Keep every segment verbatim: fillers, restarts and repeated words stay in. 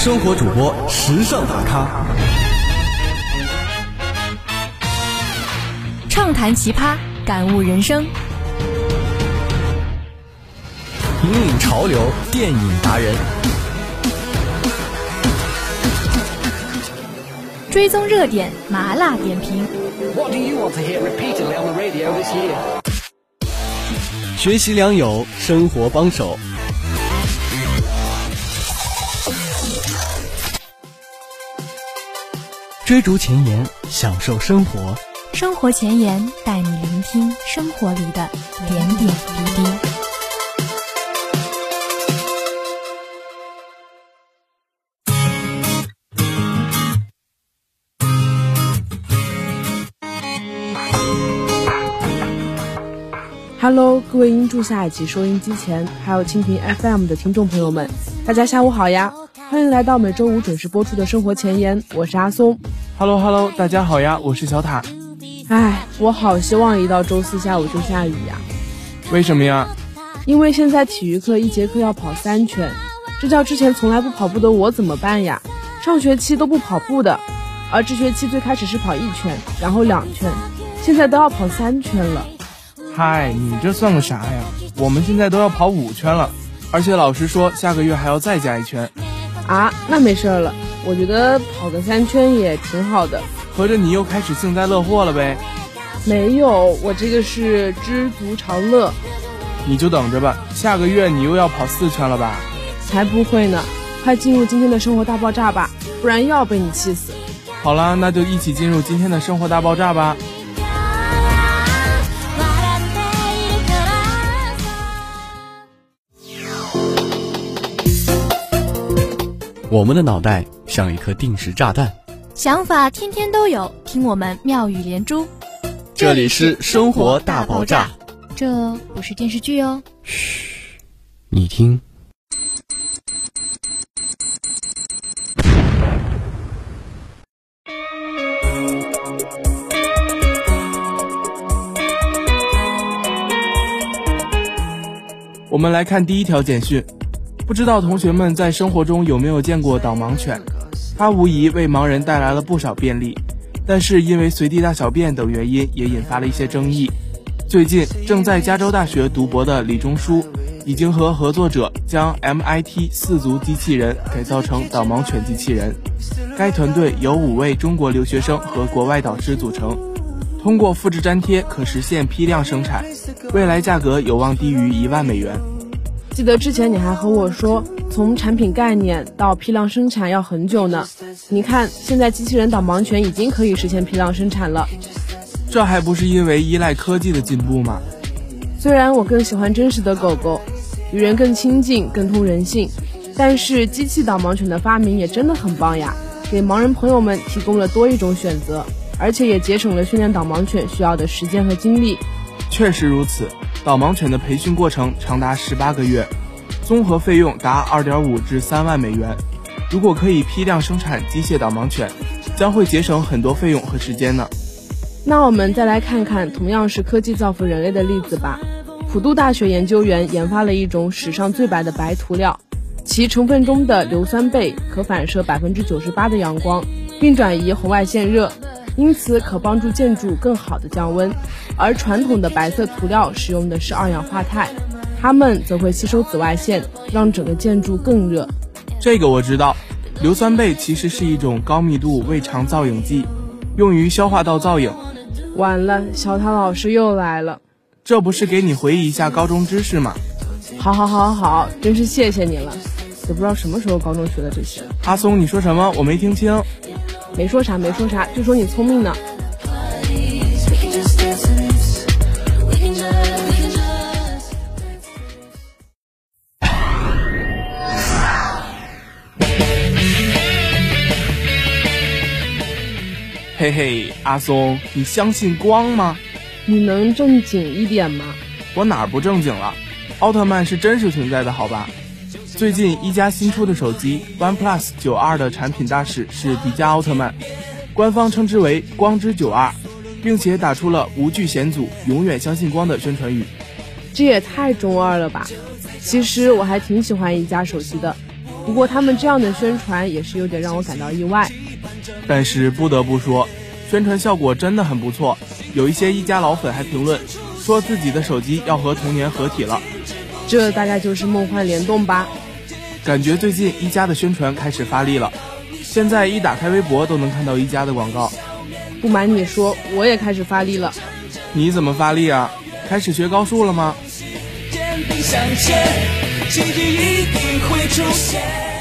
生活主播，时尚大咖， 畅谈奇葩，感悟人生， 引领潮流，电影达人， 追踪热点，麻辣点评。 What do you want to hear repeatedly on the radio this year? 学习良友，生活帮手。追逐前沿，享受生活。 生活前沿带你聆听生活里的点点滴滴。 Hello， 各位音柱下一期收音机前，还有蜻蜓 F M 的听众朋友们，大家下午好呀！欢迎来到每周五准时播出的生活前沿，我是阿松。 Hello Hello， 大家好呀，我是小塔。 唉，我好希望一到周四下午就下雨呀。 为什么呀？ 因为现在体育课一节课要跑三圈，这叫之前从来不跑步的我怎么办呀？上学期都不跑步的，而这学期最开始是跑一圈，然后两圈，现在都要跑三圈了。 嗨，你这算个啥呀？我们现在都要跑五圈了，而且老师说下个月还要再加一圈。 啊，那没事了，我觉得跑个三圈也挺好的。 合着你又开始幸灾乐祸了呗？ 没有，我这个是知足常乐。 你就等着吧，下个月你又要跑四圈了吧？ 才不会呢，快进入今天的生活大爆炸吧，不然又要被你气死。 好啦，那就一起进入今天的生活大爆炸吧。 我们的脑袋像一颗定时炸弹， 想法天天都有，听我们妙语连珠。 这里是生活大爆炸， 这不是电视剧哦。 嘘，你听。 我们来看第一条简讯。不知道同学们在生活中有没有见过导盲犬？它无疑为盲人带来了不少便利，但是因为随地大小便等原因，也引发了一些争议。最近正在加州大学读博的李钟书已经和合作者将 M I T 四足机器人改造成导盲犬机器人。该团队由五位中国留学生和国外导师组成，通过复制粘贴可实现批量生产，未来价格有望低于一万美元。 记得之前你还和我说，从产品概念到批量生产要很久呢。你看，现在机器人导盲犬已经可以实现批量生产了。 这还不是因为依赖科技的进步吗？ 虽然我更喜欢真实的狗狗，与人更亲近，更通人性，但是机器导盲犬的发明也真的很棒呀，给盲人朋友们提供了多一种选择，而且也节省了训练导盲犬需要的时间和精力。 确实如此，导盲犬的培训过程长达十八个月，综合费用达 二点五至三万美元。如果可以批量生产机械导盲犬，将会节省很多费用和时间呢。 那我们再来看看同样是科技造福人类的例子吧。普渡大学研究员研发了一种史上最白的白涂料，其成分中的硫酸钡可反射 百分之九十八 的阳光，并转移红外线热，因此可帮助建筑更好的降温。而传统的白色涂料使用的是二氧化钛，它们则会吸收紫外线，让整个建筑更热。 这个我知道，硫酸钡其实是一种高密度胃肠造影剂，用于消化道造影。 完了，小塔老师又来了。 这不是给你回忆一下高中知识吗？ 好好好好，真是谢谢你了，也不知道什么时候高中学的这些。 阿松，你说什么？我没听清。 没说啥没说啥，就说你聪明呢。 嘿嘿，阿松，你相信光吗？ 你能正经一点吗？ 我哪儿不正经了？奥特曼是真实存在的好吧？最近一加新出的手机 OnePlus 九 二的产品大使是迪迦奥特曼，官方称之为光之九二，并且打出了无惧险阻，永远相信光的宣传语。 这也太中二了吧！其实我还挺喜欢一加手机的， 不过他们这样的宣传也是有点让我感到意外。 但是不得不说，宣传效果真的很不错，有一些一加老粉还评论说自己的手机要和童年合体了， 这大概就是梦幻联动吧。 感觉最近一加的宣传开始发力了，现在一打开微博都能看到一加的广告。 不瞒你说，我也开始发力了。 你怎么发力啊？开始学高数了吗？ 坚定向前，奇迹一定会出现。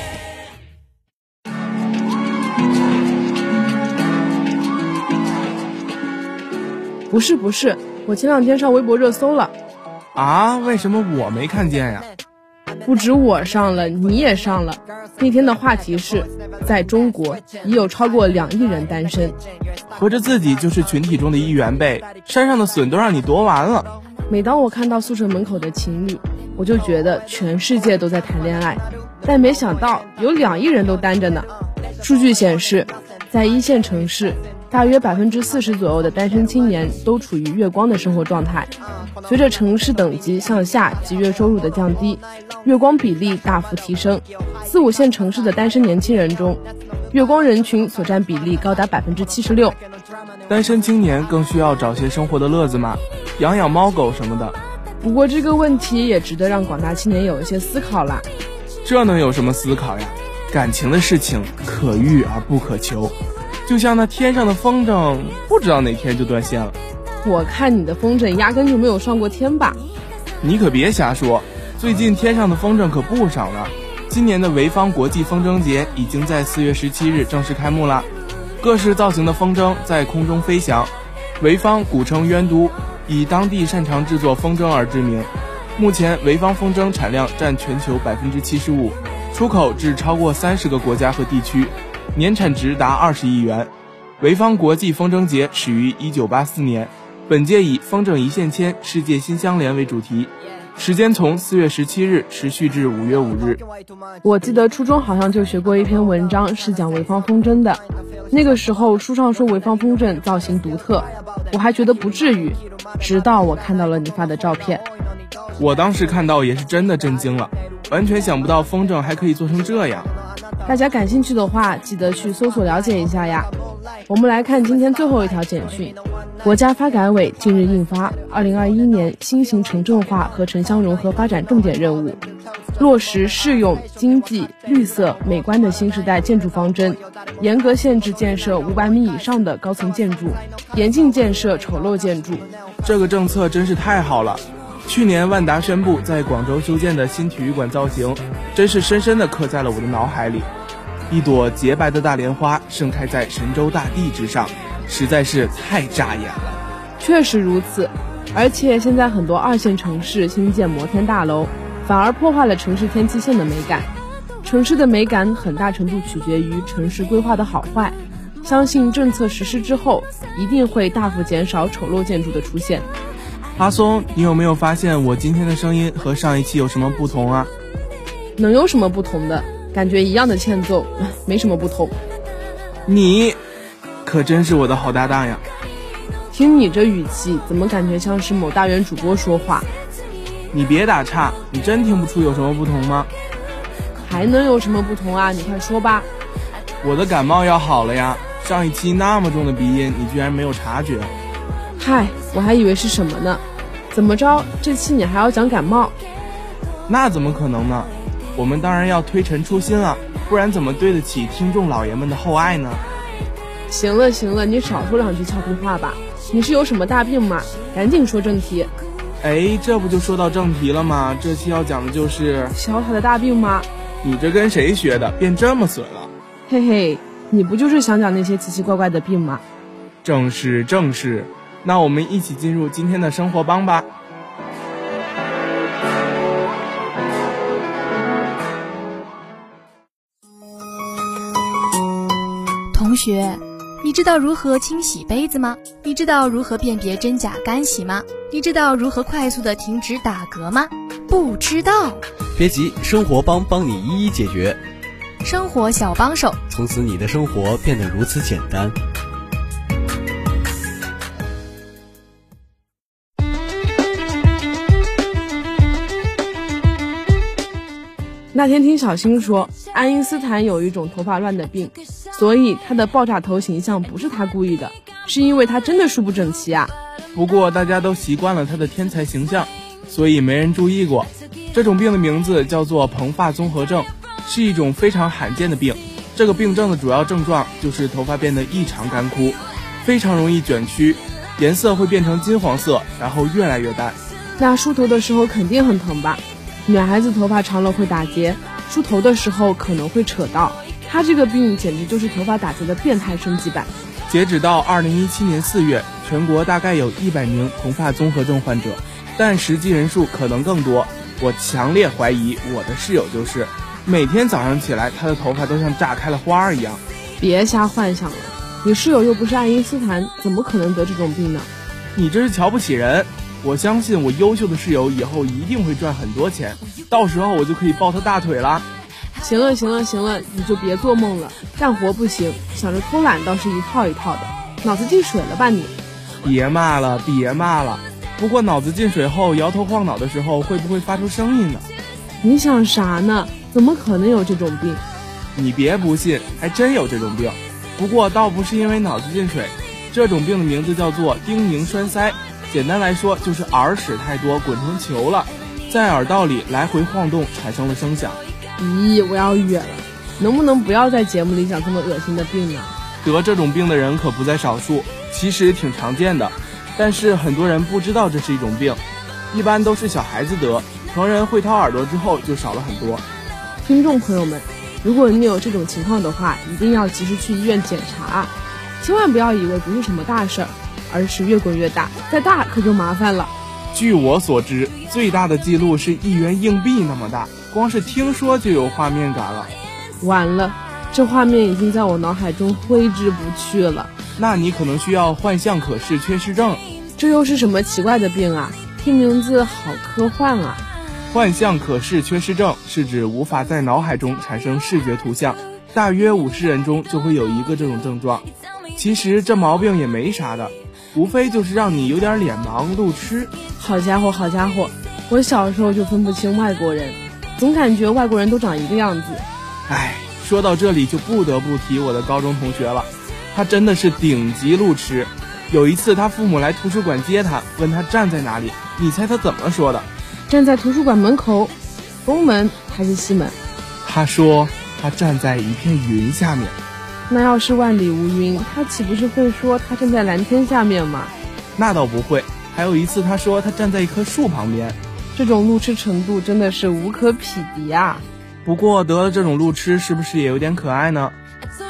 不是不是，我前两天上微博热搜了。 啊？为什么我没看见呀？ 不止我上了，你也上了。那天的话题是，在中国已有超过两亿人单身。 合着自己就是群体中的一员呗，山上的笋都让你夺完了。 每当我看到宿舍门口的情侣，我就觉得全世界都在谈恋爱，但没想到有两亿人都单着呢。数据显示，在一线城市，大约百分之四十左右的单身青年都处于月光的生活状态。随着城市等级向下及月收入的降低，月光比例大幅提升。四五线城市的单身年轻人中，月光人群所占比例高达百分之七十六。 单身青年更需要找些生活的乐子嘛，养养猫狗什么的。 不过这个问题也值得让广大青年有一些思考啦。 这能有什么思考呀？感情的事情可遇而不可求，就像那天上的风筝，不知道哪天就断线了。 我看你的风筝压根就没有上过天吧？ 你可别瞎说，最近天上的风筝可不少呢。今年的潍坊国际风筝节已经在四月十七日正式开幕了，各式造型的风筝在空中飞翔。潍坊古称渊都，以当地擅长制作风筝而知名。目前潍坊风筝产量占全球百分之七十五，出口至超过三十个国家和地区，年产值达二十亿元。潍坊国际风筝节始于一九八四年，本届以风筝一线牵，世界心相连为主题，时间从四月十七日持续至五月五日。 我记得初中好像就学过一篇文章，是讲潍坊风筝的。那个时候书上说潍坊风筝造型独特，我还觉得不至于，直到我看到了你发的照片。 我当时看到也是真的震惊了，完全想不到风筝还可以做成这样。 大家感兴趣的话，记得去搜索了解一下呀。我们来看今天最后一条简讯。国家发改委近日印发《二零二一年新型城镇化和城乡融合发展重点任务》，落实适用经济、绿色、美观的新时代建筑方针，严格限制建设五百米以上的高层建筑，严禁建设丑陋建筑。 这个政策真是太好了。去年万达宣布在广州修建的新体育馆造型，真是深深地刻在了我的脑海里。一朵洁白的大莲花盛开在神州大地之上，实在是太扎眼了。 确实如此，而且现在很多二线城市新建摩天大楼，反而破坏了城市天际线的美感。城市的美感很大程度取决于城市规划的好坏，相信政策实施之后，一定会大幅减少丑陋建筑的出现。 阿松，你有没有发现我今天的声音和上一期有什么不同啊？ 能有什么不同的？感觉一样的欠揍，没什么不同。 你可真是我的好搭档呀。 听你这语气，怎么感觉像是某大元主播说话？ 你别打岔，你真听不出有什么不同吗？ 还能有什么不同啊？你快说吧。 我的感冒要好了呀，上一期那么重的鼻音，你居然没有察觉。 嗨，我还以为是什么呢？怎么着，这期你还要讲感冒？ 那怎么可能呢？我们当然要推陈出新了，不然怎么对得起听众老爷们的厚爱呢？ 行了行了，你少说两句俏皮话吧。你是有什么大病吗？赶紧说正题。 哎，这不就说到正题了吗？这期要讲的就是小小的大病吗？ 你这跟谁学的，变这么损了？ 嘿嘿，你不就是想讲那些奇奇怪怪的病吗？ 正是正是，那我们一起进入今天的生活帮吧。 同学，你知道如何清洗杯子吗？你知道如何辨别真假干洗吗？你知道如何快速的停止打嗝吗？不知道。 别急，生活帮帮你一一解决。 生活小帮手， 从此你的生活变得如此简单。 那天听小新说，爱因斯坦有一种头发乱的病，所以他的爆炸头形象不是他故意的，是因为他真的梳不整齐啊。 不过大家都习惯了他的天才形象，所以没人注意过。这种病的名字叫做蓬发综合症，是一种非常罕见的病。这个病症的主要症状就是头发变得异常干枯，非常容易卷曲，颜色会变成金黄色，然后越来越淡。 那梳头的时候肯定很疼吧？女孩子头发长了会打结，梳头的时候可能会扯到。她这个病简直就是头发打结的变态升级版。 截止到二零一七年四月，全国大概有一百名蓬发综合症患者，但实际人数可能更多。我强烈怀疑我的室友就是，每天早上起来他的头发都像炸开了花一样。 别瞎幻想了，你室友又不是爱因斯坦，怎么可能得这种病呢？ 你这是瞧不起人。我相信我优秀的室友以后一定会赚很多钱，到时候我就可以抱他大腿啦。 行了行了行了，你就别做梦了，干活不行，想着偷懒倒是一套一套的，脑子进水了吧你？ 别骂了别骂了，不过脑子进水后摇头晃脑的时候会不会发出声音呢？ 你想啥呢？怎么可能有这种病？ 你别不信，还真有这种病，不过倒不是因为脑子进水，这种病的名字叫做丁宁栓塞，简单来说就是耳屎太多滚成球了，在耳道里来回晃动，产生了声响。 咦，我要哕了，能不能不要在节目里讲这么恶心的病呢？ 得这种病的人可不在少数，其实挺常见的，但是很多人不知道这是一种病，一般都是小孩子得，成人会掏耳朵之后就少了很多。 听众朋友们，如果你有这种情况的话，一定要及时去医院检查，千万不要以为不是什么大事儿，而是越滚越大，再大可就麻烦了。 据我所知，最大的记录是一元硬币那么大，光是听说就有画面感了。 完了，这画面已经在我脑海中挥之不去了。 那你可能需要幻象可视缺失症。 这又是什么奇怪的病啊？听名字好科幻啊。 幻象可视缺失症是指无法在脑海中产生视觉图像，大约五十人中就会有一个这种症状。其实这毛病也没啥的，无非就是让你有点脸盲路痴。 好家伙好家伙，我小时候就分不清外国人，总感觉外国人都长一个样子。 唉，说到这里就不得不提我的高中同学了，他真的是顶级路痴。有一次他父母来图书馆接他，问他站在哪里，你猜他怎么说的？ 站在图书馆门口。东门还是西门？ 他说他站在一片云下面。 那要是万里无云，他岂不是会说他站在蓝天下面吗？ 那倒不会。还有一次他说他站在一棵树旁边。 这种路痴程度真的是无可匹敌啊。 不过得了这种路痴是不是也有点可爱呢？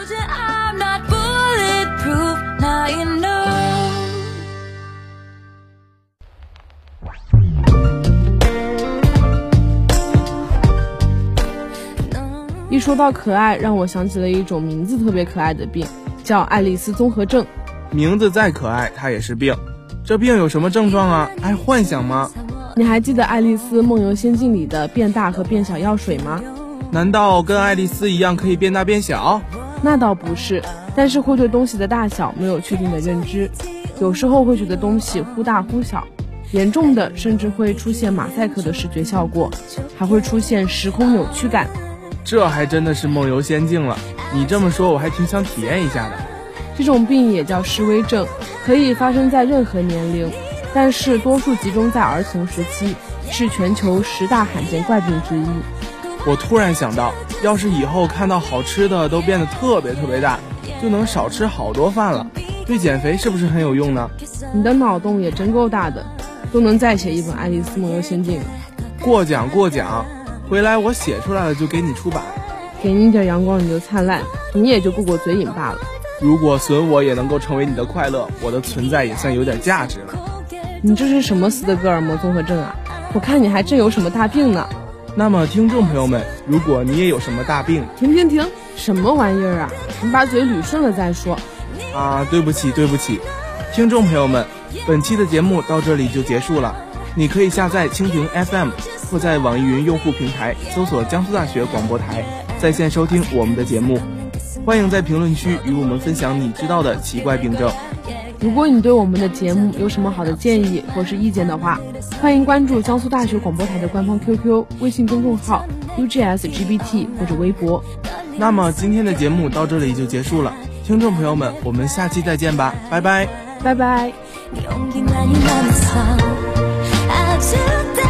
一说到可爱，让我想起了一种名字特别可爱的病，叫爱丽丝综合症。 名字再可爱，它也是病。这病有什么症状啊？爱幻想吗？ 你还记得《爱丽丝梦游仙境》里的变大和变小药水吗？ 难道跟爱丽丝一样可以变大变小？ 那倒不是，但是会对东西的大小没有确定的认知，有时候会觉得东西忽大忽小，严重的甚至会出现马赛克的视觉效果，还会出现时空扭曲感。 这还真的是梦游仙境了，你这么说我还挺想体验一下的。 这种病也叫示威症，可以发生在任何年龄，但是多数集中在儿童时期，是全球十大罕见怪病之一。 我突然想到，要是以后看到好吃的都变得特别特别大，就能少吃好多饭了，对减肥是不是很有用呢？ 你的脑洞也真够大的，都能再写一本《爱丽丝梦游仙境》。 过奖过奖，回来我写出来了就给你出版。 给你点阳光你就灿烂，你也就过过嘴瘾罢了。 如果损我也能够成为你的快乐，我的存在也算有点价值了。 你这是什么斯德哥尔摩综合症啊？我看你还真有什么大病呢。 那么听众朋友们，如果你也有什么大病， 停停停，什么玩意儿啊？你把嘴捋顺了再说。 啊，对不起对不起，听众朋友们，本期的节目到这里就结束了。你可以下载蜻蜓 F M 或在网易云用户平台搜索江苏大学广播台，在线收听我们的节目。欢迎在评论区与我们分享你知道的奇怪病症。 如果你对我们的节目有什么好的建议或是意见的话，欢迎关注江苏大学广播台的官方 Q Q、微信公众号 U G S G B T 或者微博。 那么今天的节目到这里就结束了，听众朋友们，我们下期再见吧，拜拜， 拜拜。 용기 많이 남았어 아주